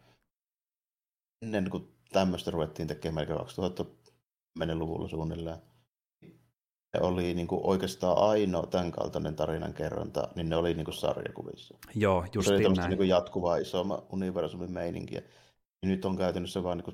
ennen kuin tämmöistä ruvettiin tekemään melkein 2010-luvulla suunnilleen, se oli niin oikeastaan ainoa tämän kaltainen tarinankerronta, niin ne oli niin sarjakuvissa. Joo, just se oli näin. Niin jatkuvaa isomma universumin meininkiä. Ja nyt on käytännössä vaan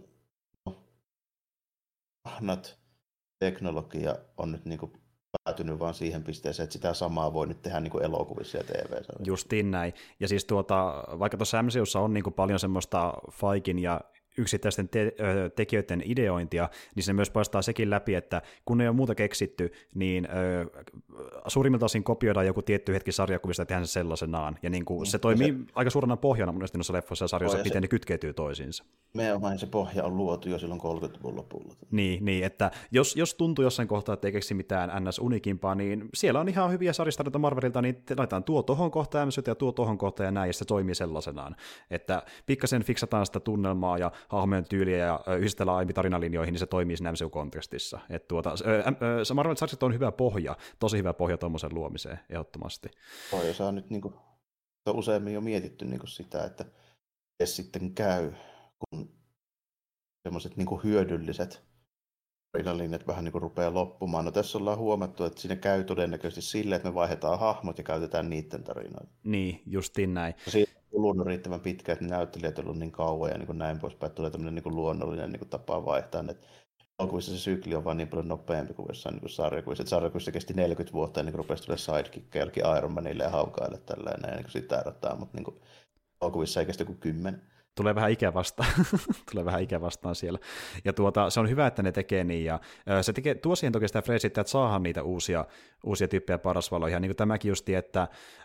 teknologia on nyt niin päätynyt vaan siihen pisteeseen, että sitä samaa voi nyt tehdä niin kuin elokuvissa ja TV-sarjoissa. Justiin näin. Ja siis vaikka tuossa MCUssa on niin kuin paljon semmoista Feigen ja yksittäisten tekijöiden ideointia, niin se myös paistaa sekin läpi, että kun ei ole muuta keksitty, niin suurimmilta osin kopioidaan joku tietty hetki sarjakuvista ja tehdään se sellaisenaan. Ja niin kuin se toimii aika suurena pohjana monesti noissa leffoissa ja sarjoissa, miten ne kytkeytyy toisiinsa. Meidän se pohja on luotu jo silloin 30-luvun lopulla. Niin, että jos tuntuu jossain kohtaa, että ei keksi mitään NS-unikimpaa, niin siellä on ihan hyviä sarjastarjoita Marvelilta, niin laitetaan tuo tohon kohtaan MCUt ja tuo tohon kohtaan ja näin, ja se toimii sellaisenaan. Että pikkasen fiksataan sitä tunnelmaa ja hahmojen tyyliä ja yhdistellään aiemmin tarinalinjoihin, niin se toimii siinä MCU-kontekstissa. Marvel-sarjat on hyvä pohja, tosi hyvä pohja tuommoisen luomiseen, ehdottomasti. Pohjoissa on nyt on useammin jo mietitty sitä, että miten sitten käy, kun semmoiset hyödylliset tarinalinjat vähän rupeaa loppumaan. No tässä ollaan huomattu, että siinä käy todennäköisesti silleen, että me vaihdetaan hahmot ja käytetään niiden tarinoita. Niin, justiin näin. Siinä kulunut riittävän pitkään, että ne näyttelijät on ollut niin kauan ja niin kuin näin poispäin, tulee tämmöinen niin kuin luonnollinen niin kuin tapa vaihtaa. Että elokuvissa se sykli on vaan niin paljon nopeampi kuin jossain niin sarjakuvissa. Että sarjakuvissa kesti 40 vuotta ennen kuin rupesi tulemaan sidekickkejä jollekin Iron Manille ja haukaille tällainen ja niin kuin sitä rataa, mutta niin kuin elokuvissa ei kestä kuin 10. Tulee vähän ikä vastaan. Tulee vähän ikä vastaan siellä. Ja se on hyvä, että ne tekee niin. Ja se tuo siihen toki sitä freesiä, että saadaan niitä uusia tyyppejä parasvaloihin. Niin kuin tämäkin justi, että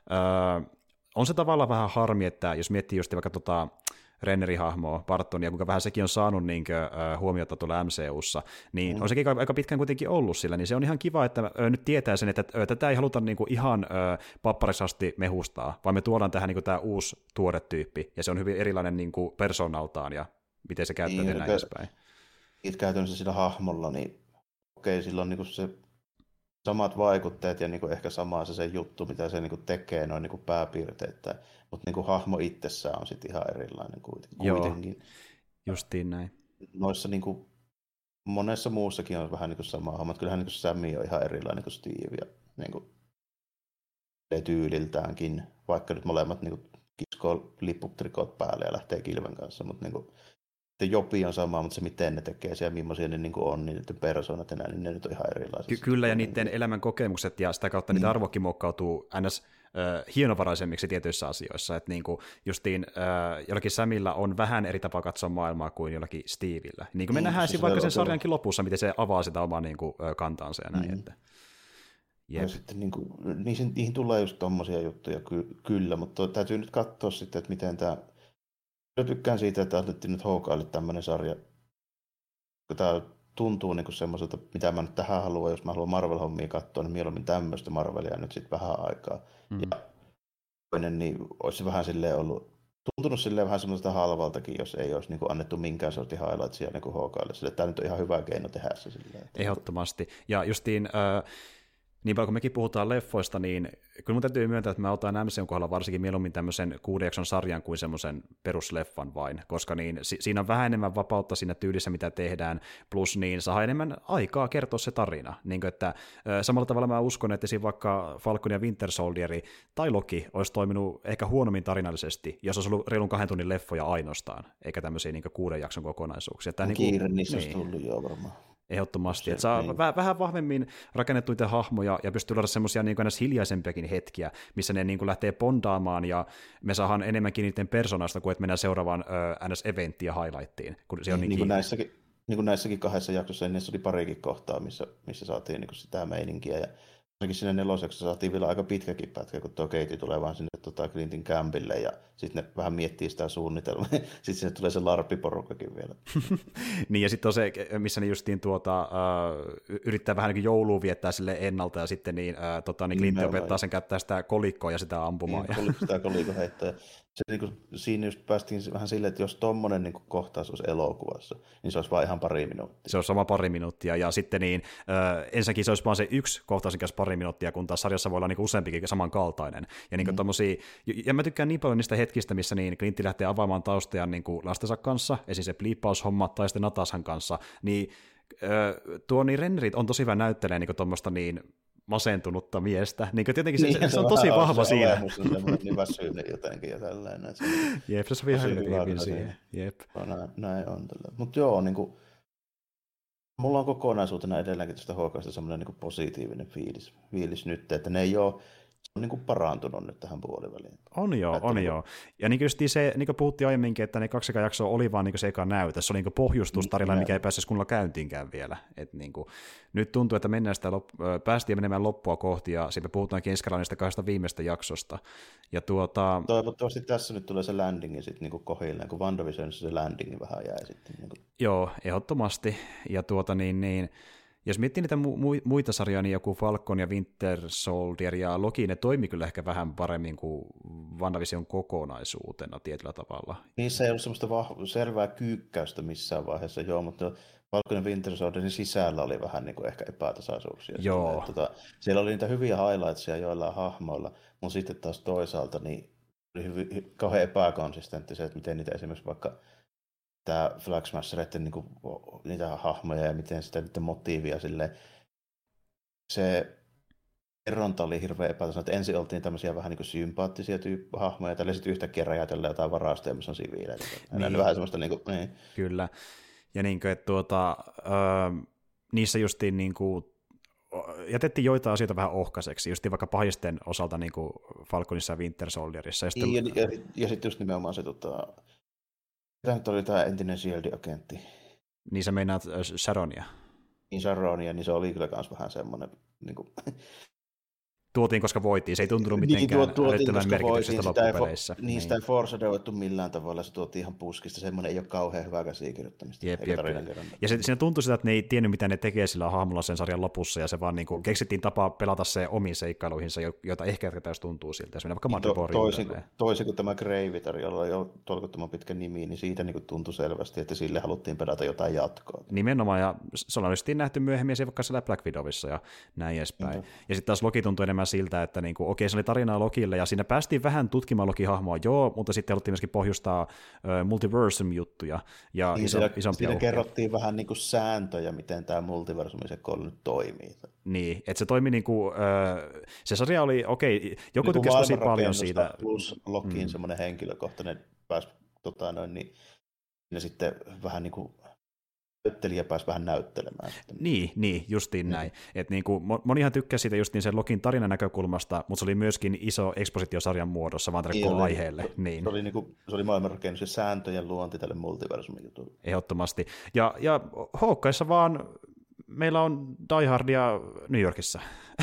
on se tavallaan vähän harmi, että jos miettii just vaikka Rennerihahmoa, Bartonia, kuinka vähän sekin on saanut huomiota tuolla MCUssa, niin on sekin aika pitkään kuitenkin ollut sillä, niin se on ihan kiva, että nyt tietää sen, että tätä ei haluta ihan papparisasti mehustaa, vaan me tuodaan tähän tämä uusi tuore tyyppi, ja se on hyvin erilainen persoonaltaan, ja miten se käyttäytyy näin edespäin. Käytännössä sillä hahmolla, niin okei, sillä on se samat vaikutteet ja ehkä sama se juttu, mitä se tekee noin pääpiirteittäin, mutta hahmo itsessään on sitten ihan erilainen kuitenkin. Joo, justiin näin. Noissa monessa muussakin on vähän sama homma, kyllähän Sammy on ihan erilainen kuin Steve ja tyyliltäänkin, vaikka nyt molemmat kiskoo lipputrikot päälle ja lähtee kilven kanssa, mutta Jopi on sama, mutta se miten ne tekee siellä, millaisia ne on, niin niiden persoonat ja näin, niin ne nyt on ihan erilaisia. Kyllä, ja niiden elämän kokemukset ja sitä kautta niitä arvokin muokkautuu ns. Hienovaraisemmiksi tietyissä asioissa, että justiin jollakin Samilla on vähän eri tapa katsoa maailmaa kuin jollakin Stevellä. Niin kuin me nähdään vaikka sen sarjankin lopussa, miten se avaa sitä omaa kantaansa ja näin. Että. Ja sitten niihin tulee just tommosia juttuja kyllä, mutta täytyy nyt katsoa sitten, että miten tämä. Mä tykkään siitä, että annettiin nyt Hawkeille tämmöinen sarja, kun tämä tuntuu semmoiselta, mitä mä nyt tähän haluan, jos mä haluan Marvel-hommia katsoa, niin mieluummin tämmöistä Marvelia nyt sitten vähän aikaa. Ja toinen, niin olisi vähän silleen tuntunut silleen vähän semmoiselta halvaltakin, jos ei olisi annettu minkään sortin highlightsia Hawkeille. Sille tämä nyt on ihan hyvä keino tehdä se silleen. Ehdottomasti. Ja justiin. Niin paljon kun mekin puhutaan leffoista, niin kyllä mun täytyy myöntää, että mä otan MCUn kohdalla varsinkin mieluummin tämmöisen 6 jakson sarjan kuin semmoisen perusleffan vain, koska siinä on vähän enemmän vapautta siinä tyylissä, mitä tehdään, plus saa enemmän aikaa kertoa se tarina. Että samalla tavalla mä uskon, että siinä vaikka Falcon ja Winter Soldier tai Loki olisi toiminut ehkä huonommin tarinallisesti, jos olisi ollut reilun 2 tunnin leffoja ainoastaan, eikä tämmöisiä 6 jakson kokonaisuuksia. Kiire niissä olisi tullut jo varmaan. Ehdottomasti, että saa vähän vahvemmin rakennettu niitä hahmoja ja pystyy luoda semmoisia hiljaisempiakin hetkiä, missä ne lähtee bondaamaan ja me saadaan enemmänkin niiden persoonasta kuin että mennään seuraavaan NS-eventtiin ja highlightiin. Kun se on niin kuin näissäkin 2 jaksossa, niin oli parikin kohtaa, missä saatiin sitä meininkiä ja ainakin siinä 4. saatiin vielä aika pitkäkin pätkä, kun tuo Katie tulee vaan sinne Clintin campille ja sitten ne vähän miettii sitä suunnitelmaa. Sitten sinne tulee se larppiporukkakin vielä. Niin ja sitten on se, missä ne justiin yrittää vähän joulua viettää sille ennalta ja sitten Clint opettaa sen käyttää sitä kolikkoa ja sitä ampumaan. Niin, sitä kolikko heittää. Siinä just päästiin vähän silleen, että jos tommonen kohtaus olisi elokuvassa, niin se olisi vaan ihan pari minuuttia. Se on sama pari minuuttia, ja sitten ensinnäkin se olisi vaan se yksi kohtaus, mikä olisi pari minuuttia, kun taas sarjassa voi olla useampikin samankaltainen. Ja, ja mä tykkään niin paljon niistä hetkistä, missä Clintti lähtee avaamaan taustoja lastensa kanssa, esim. Se bliippaushomma tai sitten Natashan kanssa, niin tuo Rennerit on tosi hyvä näyttelee tuommoista masentunutta miestä. Tietenkin se on tosi vahva siinä. Se on semmoinen väsynyt jotenkin ja tällainen. Jep, se sopii hyvin siihen. Jep. Näin on. Mutta joo, mulla on kokonaisuutena edelleenkin tästä Hawkeista semmoinen positiivinen fiilis nyt, että ne ei ole on parantunut nyt tähän puoliväliin. On joo. Ja just se, niin kuin puhuttiin aiemminkin, että ne 2 jaksoa oli vaan se eka näytä. Se oli pohjustustarina, mikä ei päässyt kunnolla käyntiinkään vielä. Nyt tuntuu, että päästiin menemään loppua kohti, ja sitten puhutaankin ensi kerralla niistä 2 viimeistä jaksosta. Ja toivottavasti tässä nyt tulee se landingi sitten kohilleen, kun WandaVisionissa se landingi vähän jäi sitten. Joo, ehdottomasti. Ja jos miettii niitä muita sarjoja, niin joku Falcon ja Winter Soldier ja Loki, ne toimi kyllä ehkä vähän paremmin kuin WandaVision kokonaisuutena tietyllä tavalla. Niissä ei ollut semmoista selvää kyykkäystä missään vaiheessa, joo, mutta Falcon ja Winter Soldierin sisällä oli vähän ehkä epätasaisuuksia. Joo. Siellä oli niitä hyviä highlightsia joillain hahmoilla, mutta sitten taas toisaalta niin oli kauhean epäkonsistentti se, että miten niitä esimerkiksi vaikka tämä Flag Smashereiden niitä hahmoja ja miten sitä niiden motiivia silleen. Se kerronta oli hirveän epätasainen, että ensin oltiin tämmöisiä vähän niin kuin sympaattisia hahmoja, ja tällä sitten yhtäkkiä räjätellään jotain varastoja, missä on siviileitä. Niin. Vähän semmoista niin kuin, niin. Kyllä. Ja niin kuin, että niissä justiin niin kuin, jätettiin joitain asioita vähän ohkaiseksi, justiin vaikka pahisten osalta niin kuin Falconissa ja Winter Soldierissa. Ja sitten just nimenomaan se, tämä nyt oli tämä entinen Shield-agentti. Niin sä meinaat Sharonia. Niin Sharonia, niin se oli kyllä myös vähän semmoinen... Niin kuin... Tuotiin, koska voitiin. Se ei tuntunut mitenkään älyttömän merkityksestä loppupeleissä. Niin, sitä ei foreshadowettu millään tavalla. Se tuotiin ihan puskista. Semmoinen ei ole kauhean hyvää käsikirjoittamista. Jep. Ja siinä tuntui sitä, että ne ei tiennyt, mitä ne tekee sillä hahmolla sen sarjan lopussa, ja se vaan niin kuin keksittiin tapaa pelata se omiin seikkailuihinsa, joita ehkä täys tuntuu siltä. Se vaikka toisin kuin tämä Graviter, jolla on jo tolkuttoman pitkä nimi, niin siitä niin tuntui selvästi, että sille haluttiin pelata jotain jatkoa. Nimenomaan, ja se on nähty myöhemmin vaikka siellä Black Widowissa ja näin edespäin. Ja sitten taas Loki tuntui enemmän siltä, että niinku, okei, se oli tarinaa Lokille, ja siinä päästiin vähän tutkimaan Loki-hahmoa, joo, mutta sitten haluttiin myöskin pohjustaa multiversum-juttuja ja niin isompia siinä kerrottiin vähän niinku sääntöjä, miten tämä multiversumi se nyt toimii. Niin, että se toimi niinku, se sarja oli, okei, joku tykkäsi tosi paljon siitä. Plus Lokiin semmoinen henkilökohtainen pääsi, niin sitten vähän niinku näyttelijä pääsi vähän näyttelemään. Niin, justiin näin. Et niinku, monihan tykkäsi siitä justiin sen Lokin tarinan näkökulmasta, mutta se oli myöskin iso ekspositiosarjan muodossa, vaan tälle koko aiheelle. Niin. Se oli maailmanrakennus ja sääntöjen luonti tälle multiversumin jutulle. Ehdottomasti. Ja Hawkeissa vaan meillä on Die Hardia New Yorkissa.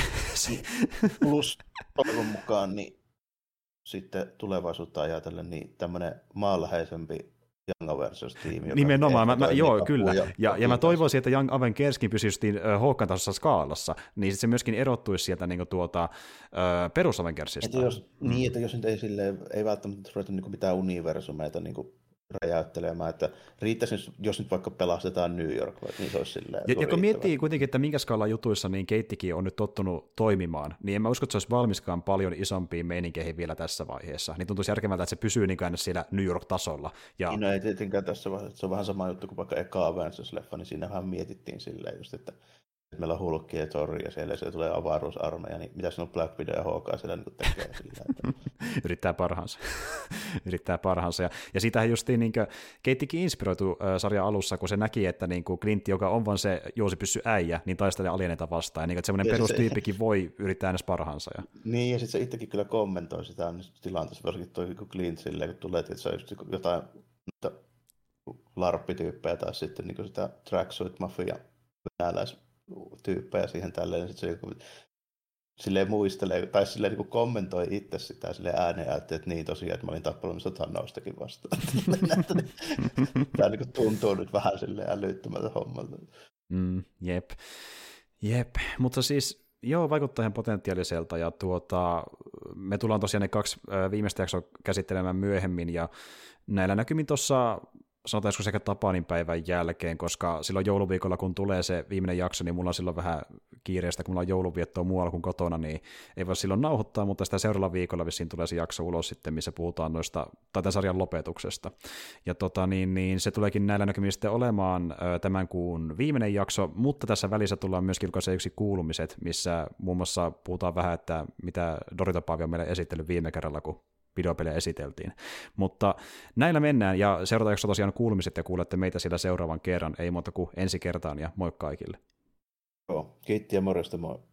Plus toivon mukaan niin sitten tulevaisuutta ajatellen niin tämmöinen maanläheisempi Young Avengers-tiimi. Nimenomaan, joo, kyllä. Ja mä toivoisin, että Young Avengerskin pysyisi Hawken tasossa skaalassa, niin se myöskin erottuisi sieltä niin perus Avengersista. Että jos nyt ei välttämättä ruveta niin mitään universumeita niin räjäyttelemään, että riittäisi, jos nyt vaikka pelastetaan New York, niin se olisi silleen. Ja kun miettii kuitenkin, että minkä skaalan jutuissa niin Keittikin on nyt tottunut toimimaan, niin en mä usko, että se olisi valmiskaan paljon isompiin meininkeihin vielä tässä vaiheessa. Niin tuntuisi järkevältä, että se pysyy niin aina siellä New York-tasolla. Ja... No ei tietenkään tässä vaiheessa, se on vähän sama juttu kuin vaikka eka Avengers-leffa, niin siinä vähän mietittiin silleen just, että meillä on Hulk ja Thor ja siellä se tulee avaruusarmeija, niin mitä sinun Black Widow ja Hawkeye siellä niin tekee sillä? Yrittää parhaansa. Ja siitähän justiin niin Keittikin inspiroitu sarjan alussa, kun se näki, että niin Clint, joka on vaan se juosipyssy äijä, niin taistelee alieneita vastaan. Ja niin, että semmoinen perustyyppikin voi yrittää äänes parhaansa. Ja... Niin, ja sitten se itsekin kyllä kommentoi sitä tilanteessa, varsinkin tuo Clint silleen, kun tulee, että se on just jotain larppityyppejä tai sitten niin sitä tracksuit mafia venäläistyyppejä siihen tälleen, niin sitten se silleen muistelee, tai silleen niin kommentoi itse sitä silleen ääneen, että niin tosiaan, että mä olin tappelemassa Thanoustakin vastaan. Tämä niin tuntuu nyt vähän silleen älyttömältä hommalta. Jep, mutta siis joo, vaikuttaa ihan potentiaaliselta, ja me tullaan tosiaan ne 2 viimeistä jaksoa käsittelemään myöhemmin, ja näillä näkymin tuossa sanotaanko sekä Tapanin päivän jälkeen, koska silloin jouluviikolla, kun tulee se viimeinen jakso, niin mulla on silloin vähän kiireistä, kun mulla on jouluviettoa muualla kuin kotona, niin ei voi silloin nauhoittaa, mutta sitä seuraavalla viikolla vissiin tulee se jakso ulos sitten, missä puhutaan tämän sarjan lopetuksesta. Ja se tuleekin näillä näkymin sitten olemaan tämän kuun viimeinen jakso, mutta tässä välissä tullaan myöskin julkaisee yksi kuulumiset, missä muun muassa puhutaan vähän, että mitä Dorito Paavi on meille esitellyt viime kerralla, kun videopelejä esiteltiin. Mutta näillä mennään, ja seuraavaksi jakso tosiaan kuulumiset, ja kuulette meitä siellä seuraavan kerran. Ei muuta kuin ensi kertaan, ja moi kaikille. Joo, kiitti ja morjesta, moi.